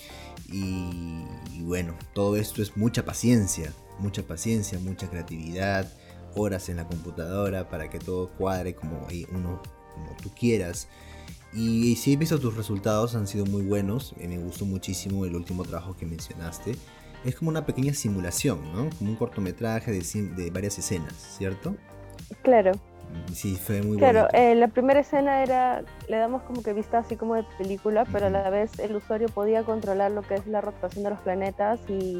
Y bueno, todo esto es mucha paciencia, mucha creatividad, horas en la computadora para que todo cuadre como tú quieras. Y sí he visto tus resultados, han sido muy buenos. Me gustó muchísimo el último trabajo que mencionaste. Es como una pequeña simulación, ¿no? Como un cortometraje de varias escenas, ¿cierto? Claro. Sí, fue muy bonito. Claro, la primera escena le damos como que vista así como de película, pero a la vez el usuario podía controlar lo que es la rotación de los planetas y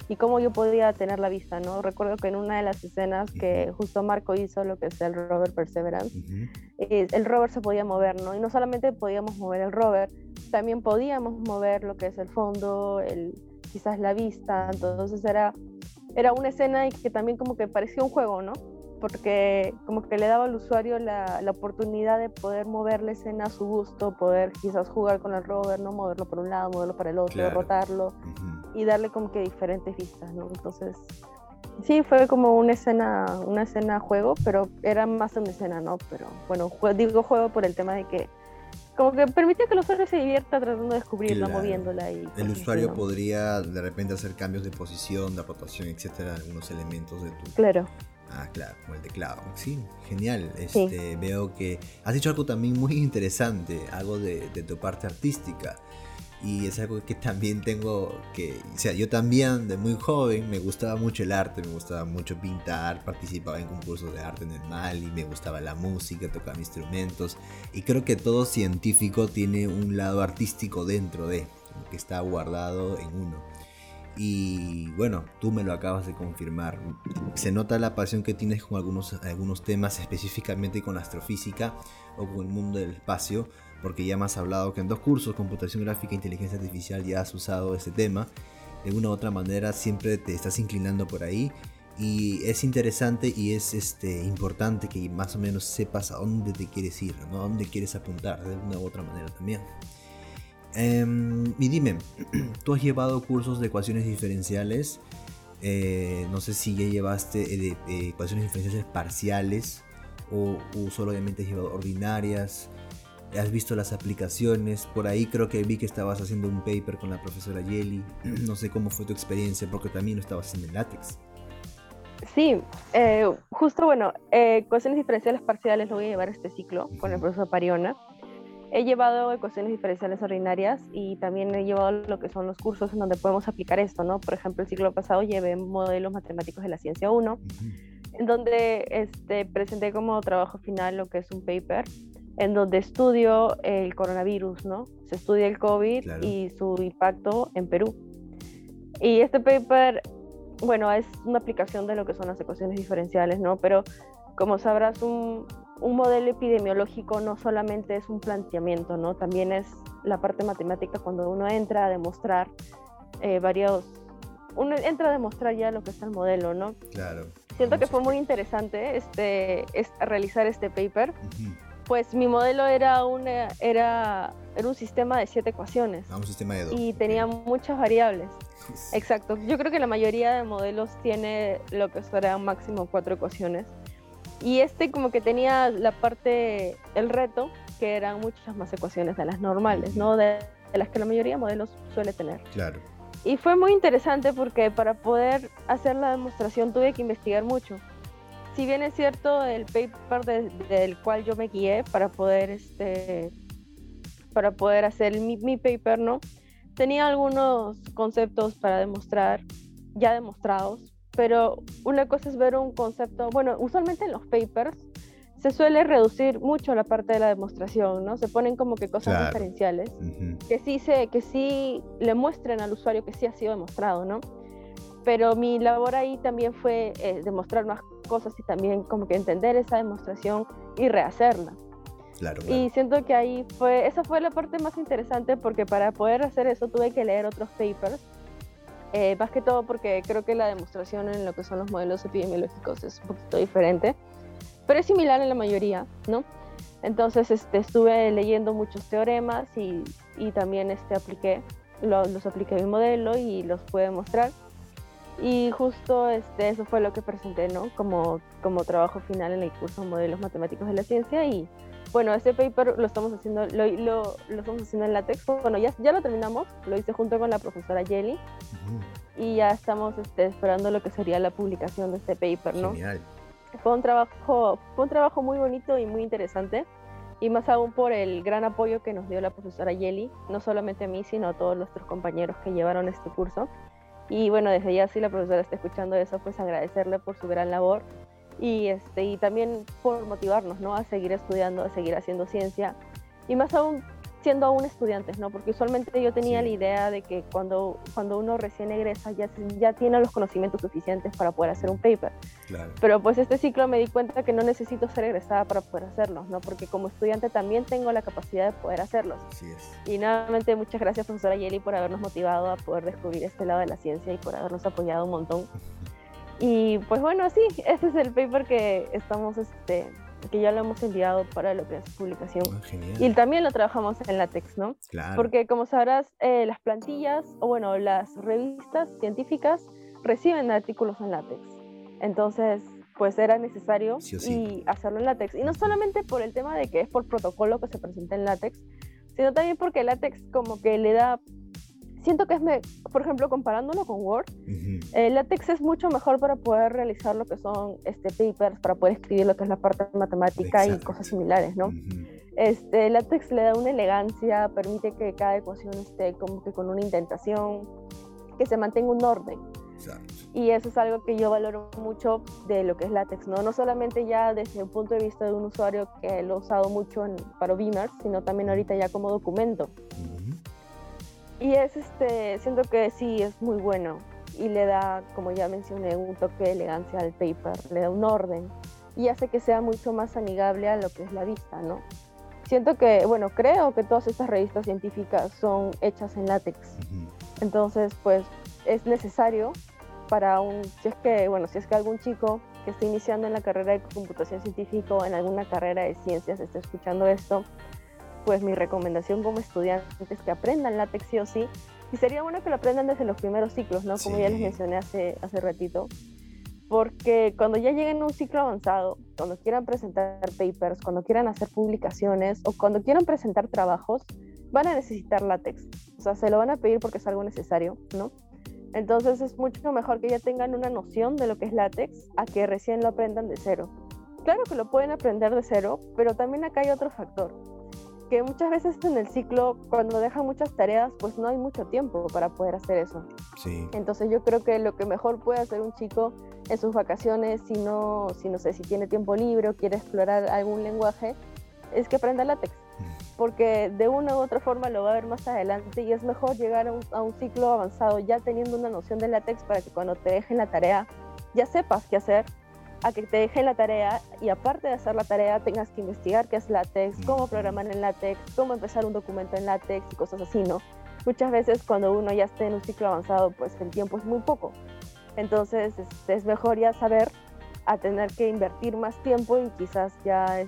y cómo yo podía tener la vista, ¿no? Recuerdo que en una de las escenas que justo Marco hizo, lo que es el rover Perseverance, el rover se podía mover, ¿no? Y no solamente podíamos mover el rover, también podíamos mover lo que es el fondo, quizás la vista. Entonces era una escena y que también como que parecía un juego, ¿no? Porque como que le daba al usuario la oportunidad de poder mover la escena a su gusto, poder quizás jugar con el rover, ¿no? Moverlo por un lado, moverlo para el otro, claro, rotarlo, y darle como que diferentes vistas, ¿no? Entonces, sí, fue como una escena juego, pero era más una escena, ¿no? Pero bueno, digo juego por el tema de que como que permitía que el usuario se divierta tratando de descubrirla, claro, moviéndola. Y el usuario así, ¿no? Podría de repente hacer cambios de posición, de rotación, etcétera, algunos elementos de tu... Claro. Ah, claro, como el teclado. Sí, genial. Sí. Veo que has dicho algo también muy interesante, algo de tu parte artística. Y es algo que también tengo que... O sea, yo también de muy joven me gustaba mucho el arte, me gustaba mucho pintar, participaba en concursos de arte normal y me gustaba la música, tocaba instrumentos. Y creo que todo científico tiene un lado artístico dentro de, que está guardado en uno. Y bueno, tú me lo acabas de confirmar. Se nota la pasión que tienes con algunos temas, específicamente con la astrofísica o con el mundo del espacio, porque ya me has hablado que en 2 cursos, computación gráfica e inteligencia artificial, ya has usado este tema. De una u otra manera siempre te estás inclinando por ahí. Y es interesante y es importante que más o menos sepas a dónde te quieres ir, ¿no? A dónde quieres apuntar, de una u otra manera también. Y dime, tú has llevado cursos de ecuaciones diferenciales, no sé si ya llevaste ecuaciones diferenciales parciales o solo obviamente has llevado ordinarias, has visto las aplicaciones, por ahí creo que vi que estabas haciendo un paper con la profesora Yeli, no sé cómo fue tu experiencia porque también lo estabas haciendo en látex. Sí, justo bueno, ecuaciones diferenciales parciales lo voy a llevar este ciclo con el profesor Pariona. He llevado ecuaciones diferenciales ordinarias y también he llevado lo que son los cursos en donde podemos aplicar esto, ¿no? Por ejemplo, el ciclo pasado llevé modelos matemáticos de la ciencia 1, en donde presenté como trabajo final lo que es un paper, en donde estudio el coronavirus, ¿no? Se estudia el COVID, claro, y su impacto en Perú. Y este paper, bueno, es una aplicación de lo que son las ecuaciones diferenciales, ¿no? Pero como sabrás, un modelo epidemiológico no solamente es un planteamiento, ¿no? También es la parte matemática cuando uno entra a demostrar uno entra a demostrar ya lo que es el modelo, ¿no? Claro. Siento que fue muy interesante realizar este paper, pues mi modelo era un sistema de 7 ecuaciones. Un sistema de 2. Y tenía muchas variables. Exacto. Yo creo que la mayoría de modelos tiene lo que serán máximo 4 ecuaciones. Y como que tenía el reto, que eran muchas más ecuaciones de las normales, ¿no? De las que la mayoría de modelos suele tener. Claro. Y fue muy interesante porque para poder hacer la demostración tuve que investigar mucho. Si bien es cierto, el paper del cual yo me guié para poder hacer mi paper, ¿no? Tenía algunos conceptos para demostrar, ya demostrados, pero una cosa es ver un concepto, bueno, usualmente en los papers se suele reducir mucho la parte de la demostración, ¿no? Se ponen como que cosas, claro, diferenciales, que sí le muestren al usuario que sí ha sido demostrado, ¿no? Pero mi labor ahí también fue demostrar más cosas y también como que entender esa demostración y rehacerla. Claro. Y siento que esa fue la parte más interesante porque para poder hacer eso tuve que leer otros papers, más que todo porque creo que la demostración en lo que son los modelos epidemiológicos es un poquito diferente, pero es similar en la mayoría, ¿no? Entonces estuve leyendo muchos teoremas y también los apliqué a mi modelo y los pude demostrar. Y justo eso fue lo que presenté, ¿no? Como trabajo final en el curso Modelos Matemáticos de la Ciencia. Y bueno, este paper lo estamos haciendo, lo estamos haciendo en látex. Bueno, ya lo terminamos, lo hice junto con la profesora Yeli. Y ya estamos esperando lo que sería la publicación de este paper, ¿no? Genial. Fue un trabajo muy bonito y muy interesante. Y más aún por el gran apoyo que nos dio la profesora Yeli, no solamente a mí, sino a todos nuestros compañeros que llevaron este curso. Y bueno, desde ya si la profesora está escuchando eso, pues agradecerle por su gran labor y también por motivarnos, ¿no? A seguir estudiando, a seguir haciendo ciencia. Y más aún siendo aún estudiantes, ¿no? Porque usualmente yo tenía Sí. la idea de que cuando uno recién egresa ya tiene los conocimientos suficientes para poder hacer un paper. Claro. Pero pues este ciclo me di cuenta que no necesito ser egresada para poder hacerlos, ¿no? Porque como estudiante también tengo la capacidad de poder hacerlos. Así es. Y nuevamente muchas gracias, profesora Yeli, por habernos motivado a poder descubrir este lado de la ciencia y por habernos apoyado un montón. Y pues bueno, sí, este es el paper que estamos, que ya lo hemos enviado para lo que es publicación. Genial. Y también lo trabajamos en látex, ¿no? Claro. Porque como sabrás, las plantillas, o bueno, las revistas científicas reciben artículos en látex. Entonces, pues era necesario Sí o sí. y hacerlo en látex. Y no solamente por el tema de que es por protocolo que se presenta en látex, sino también porque el látex como que le da... Siento que por ejemplo, comparándolo con Word, el látex es mucho mejor para poder realizar lo que son papers, para poder escribir lo que es la parte matemática. Exacto. Y cosas similares, ¿no? El látex le da una elegancia, permite que cada ecuación esté como que con una indentación, que se mantenga un orden. Exacto. Y eso es algo que yo valoro mucho de lo que es látex, ¿no? No solamente ya desde un punto de vista de un usuario que lo ha usado mucho para Beamers, sino también ahorita ya como documento. Y siento que sí es muy bueno y le da, como ya mencioné, un toque de elegancia al paper, le da un orden y hace que sea mucho más amigable a lo que es la vista, ¿no? Siento que, bueno, creo que todas estas revistas científicas son hechas en látex. Entonces, pues, es necesario para si es que algún chico que esté iniciando en la carrera de computación científica o en alguna carrera de ciencias esté escuchando esto, pues mi recomendación como estudiante es que aprendan látex sí o sí, y sería bueno que lo aprendan desde los primeros ciclos, ¿no? Como ya les mencioné hace ratito, porque cuando ya lleguen a un ciclo avanzado, cuando quieran presentar papers, cuando quieran hacer publicaciones o cuando quieran presentar trabajos, van a necesitar látex, o sea, se lo van a pedir porque es algo necesario, ¿no? Entonces es mucho mejor que ya tengan una noción de lo que es látex a que recién lo aprendan de cero. Claro que lo pueden aprender de cero, pero también acá hay otro factor, que muchas veces en el ciclo, cuando dejan muchas tareas, pues no hay mucho tiempo para poder hacer eso. Sí. Entonces yo creo que lo que mejor puede hacer un chico en sus vacaciones, si tiene tiempo libre o quiere explorar algún lenguaje, es que aprenda látex. Porque de una u otra forma lo va a ver más adelante y es mejor llegar a un ciclo avanzado ya teniendo una noción de látex para que cuando te dejen la tarea ya sepas qué hacer, a que te dejen la tarea y aparte de hacer la tarea tengas que investigar qué es látex, cómo programar en látex, cómo empezar un documento en látex y cosas así, ¿no? Muchas veces cuando uno ya esté en un ciclo avanzado, pues el tiempo es muy poco. Entonces es mejor ya saber a tener que invertir más tiempo y quizás ya,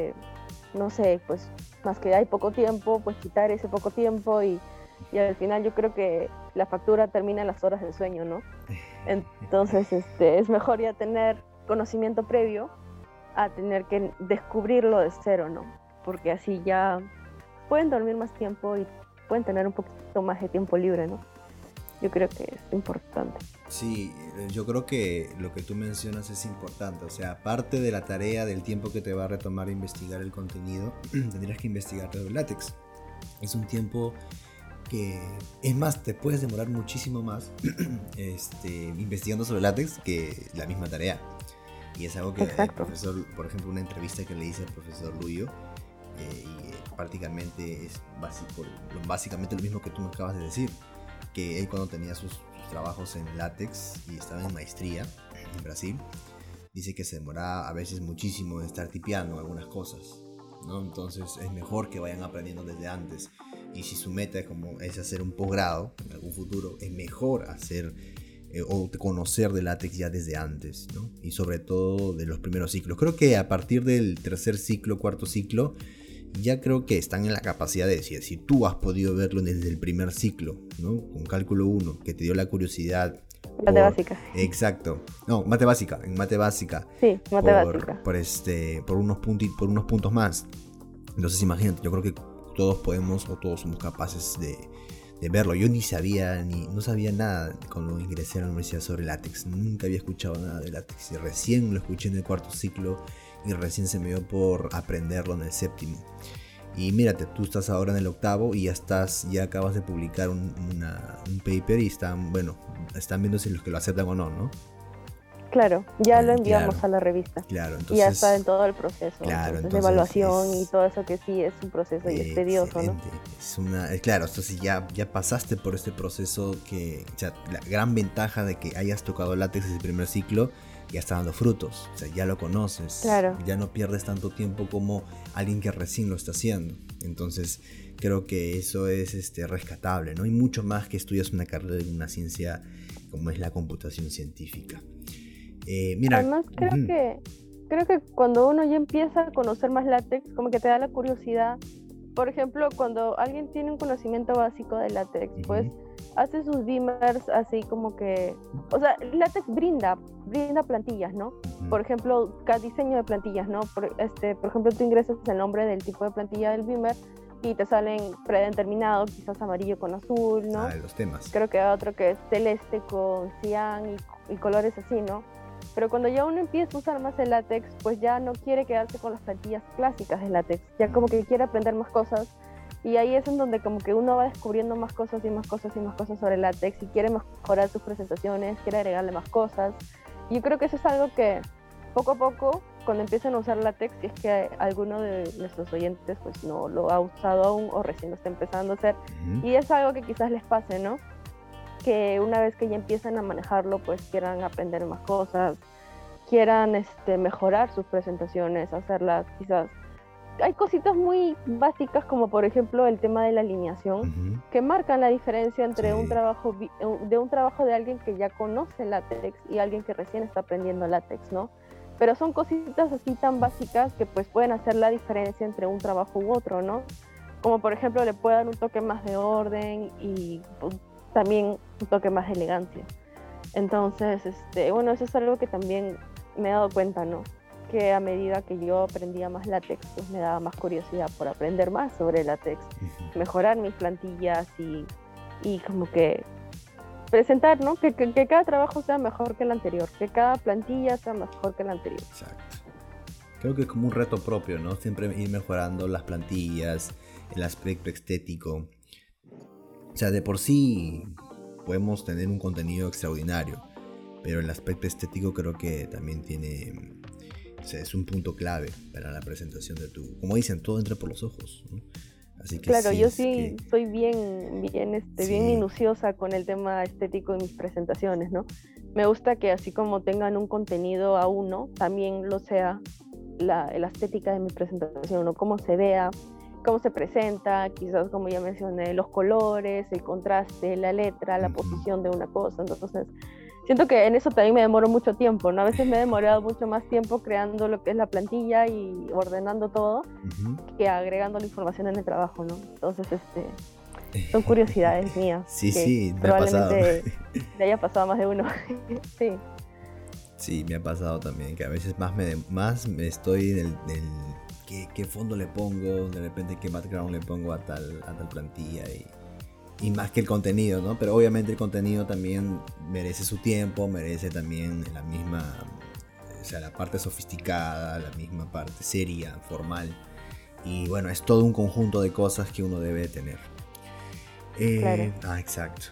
no sé, pues más que hay poco tiempo, pues quitar ese poco tiempo y al final yo creo que la factura termina en las horas de sueño, ¿no? Entonces es mejor ya tener conocimiento previo a tener que descubrirlo de cero, ¿no? Porque así ya pueden dormir más tiempo y pueden tener un poquito más de tiempo libre, ¿no? Yo creo que es importante. Sí, yo creo que lo que tú mencionas es importante. O sea, aparte de la tarea, del tiempo que te va a retomar investigar el contenido, tendrías que investigar todo el látex. Es un tiempo que, es más, te puedes demorar muchísimo más investigando sobre látex que la misma tarea. Y es algo que el profesor, por ejemplo, una entrevista que le hice al profesor Luyo, y prácticamente es básicamente lo mismo que tú me acabas de decir, que él cuando tenía sus trabajos en látex y estaba en maestría en Brasil, dice que se demoraba a veces muchísimo en estar tipeando algunas cosas, ¿no? Entonces es mejor que vayan aprendiendo desde antes, y si su meta es hacer un posgrado en algún futuro, es mejor hacer o conocer de látex ya desde antes, ¿no? Y sobre todo de los primeros ciclos. Creo que a partir del tercer ciclo, cuarto ciclo, ya creo que están en la capacidad de decir, si tú has podido verlo desde el primer ciclo, ¿no? Con cálculo 1, que te dio la curiosidad. Mate básica. Exacto. No, mate básica, en mate básica. Sí, mate básica. Por unos puntos más. Entonces imagínate, yo creo que todos podemos o todos somos capaces de verlo. Yo no sabía nada cuando ingresé a la universidad sobre látex. Nunca había escuchado nada de látex. Y recién lo escuché en el cuarto ciclo y recién se me dio por aprenderlo en el séptimo. Y mírate, tú estás ahora en el octavo y ya acabas de publicar un paper y están viendo si los que lo aceptan o no, ¿no? Claro, ya lo enviamos a la revista. Claro, entonces... Y ya está en todo el proceso. Claro, entonces, de evaluación y todo eso que sí es un proceso y es tedioso, ¿no? Claro, entonces ya pasaste por este proceso que... O sea, la gran ventaja de que hayas tocado látex desde el primer ciclo ya está dando frutos. O sea, ya lo conoces. Claro. Ya no pierdes tanto tiempo como alguien que recién lo está haciendo. Entonces, creo que eso es rescatable, ¿no? Y mucho más que estudias una carrera en una ciencia como es la computación científica. Mira, además creo que cuando uno ya empieza a conocer más látex, como que te da la curiosidad. Por ejemplo, cuando alguien tiene un conocimiento básico de látex, pues hace sus dimers así como que... O sea, látex brinda plantillas, ¿no? Por ejemplo, cada diseño de plantillas, ¿no? Por ejemplo, tú ingresas el nombre del tipo de plantilla del Beamer y te salen predeterminados, quizás amarillo con azul, ¿no? Los temas. Creo que hay otro que es celeste con cian y colores así, ¿no? Pero cuando ya uno empieza a usar más el látex, pues ya no quiere quedarse con las plantillas clásicas del látex, ya como que quiere aprender más cosas, y ahí es en donde como que uno va descubriendo más cosas y más cosas y más cosas sobre el látex, y quiere mejorar sus presentaciones, quiere agregarle más cosas. Y yo creo que eso es algo que poco a poco, cuando empiezan a usar látex, si es que alguno de nuestros oyentes pues no lo ha usado aún o recién lo está empezando a hacer, y es algo que quizás les pase, ¿no? Que una vez que ya empiezan a manejarlo, pues quieran aprender más cosas, quieran mejorar sus presentaciones, hacerlas quizás... Hay cositas muy básicas como por ejemplo el tema de la alineación, que marcan la diferencia entre un trabajo de alguien que ya conoce látex y alguien que recién está aprendiendo látex, ¿no? Pero son cositas así tan básicas que pues pueden hacer la diferencia entre un trabajo u otro, ¿no? Como por ejemplo le puede dar un toque más de orden y pues, también un toque más de elegancia. Entonces, bueno, eso es algo que también me he dado cuenta, ¿no? Que a medida que yo aprendía más látex, pues me daba más curiosidad por aprender más sobre látex, mejorar mis plantillas y como que presentar, ¿no? Que cada trabajo sea mejor que el anterior, que cada plantilla sea mejor que la anterior. Exacto. Creo que es como un reto propio, ¿no? Siempre ir mejorando las plantillas, el aspecto estético. O sea, de por sí podemos tener un contenido extraordinario, pero el aspecto estético creo que también tiene... O sea, es un punto clave para la presentación de tu... Como dicen, todo entra por los ojos, ¿no? Así que claro, sí, yo sí soy bien minuciosa con el tema estético de mis presentaciones, ¿no? Me gusta que así como tengan un contenido a uno, también lo sea la estética de mi presentación, ¿no? Cómo se vea, cómo se presenta, quizás como ya mencioné, los colores, el contraste, la letra, la posición de una cosa. Entonces, siento que en eso también me demoro mucho tiempo, ¿no? A veces me he demorado mucho más tiempo creando lo que es la plantilla y ordenando todo que agregando la información en el trabajo, ¿no? Entonces, son curiosidades mías. Sí, me ha pasado. Probablemente le haya pasado a más de uno. Sí. Sí, me ha pasado también, que a veces más me estoy del qué fondo le pongo, de repente qué background le pongo a tal plantilla y más que el contenido, ¿no? Pero obviamente el contenido también merece su tiempo, merece también la misma, o sea, la parte sofisticada, la misma parte seria, formal. Y bueno, es todo un conjunto de cosas que uno debe tener. Claro. Exacto.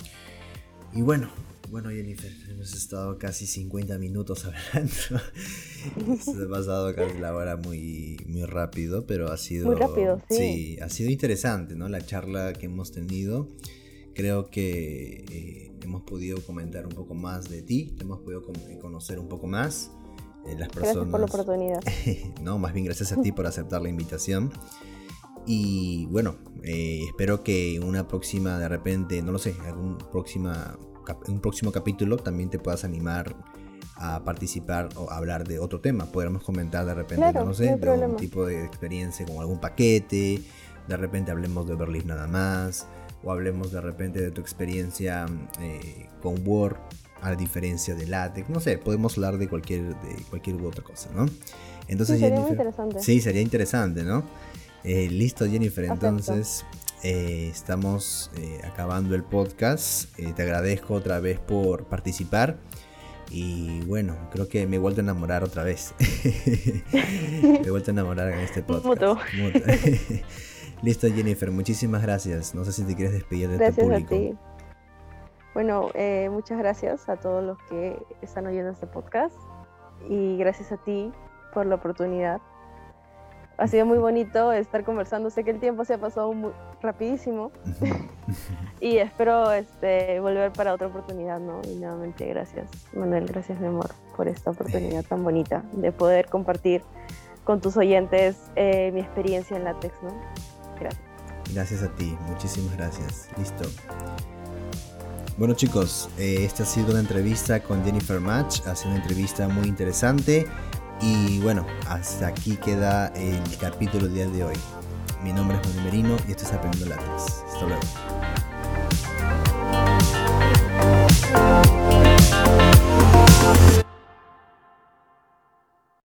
Y bueno, Jennifer, hemos estado casi 50 minutos hablando. Se ha pasado casi la hora muy, muy rápido, pero ha sido... Muy rápido, sí. Sí, ha sido interesante, ¿no? La charla que hemos tenido. Creo que hemos podido comentar un poco más de ti, hemos podido conocer un poco más las personas. Gracias por la oportunidad. No, más bien gracias a ti por aceptar la invitación. Y bueno, espero que una próxima, de repente, no lo sé, un próximo capítulo también te puedas animar a participar o a hablar de otro tema. Podríamos comentar de repente, claro, no sé, no de problema. un tipo de experiencia con algún paquete, de repente hablemos de Overleaf nada más, o hablemos de repente de tu experiencia con Word, a diferencia de LaTeX, no sé, podemos hablar de cualquier u otra cosa, ¿no? Entonces, sí, sería Jennifer, muy interesante. Sí, sería interesante, ¿no? Listo, Jennifer, Acepto. entonces estamos acabando el podcast. Te agradezco otra vez por participar. Y bueno, creo que me he vuelto a enamorar otra vez. Me he vuelto a enamorar en este podcast. Mutuo. Listo, Jennifer, muchísimas gracias. No sé si te quieres despedir de tu público. Gracias a ti. Bueno, muchas gracias a todos los que están oyendo este podcast y gracias a ti por la oportunidad. Ha sido muy bonito estar conversando. Sé que el tiempo se ha pasado muy rapidísimo y espero volver para otra oportunidad, ¿no? Y nuevamente gracias, Manuel, gracias, mi amor, por esta oportunidad tan bonita de poder compartir con tus oyentes mi experiencia en látex, ¿no? Gracias. Gracias a ti, muchísimas gracias. Listo. Bueno, chicos, esta ha sido una entrevista con Jennifer Match. Ha sido una entrevista muy interesante. Y bueno, hasta aquí queda el capítulo del día de hoy. Mi nombre es Manuel Merino y esto es Aprendiendo Látex. Hasta luego.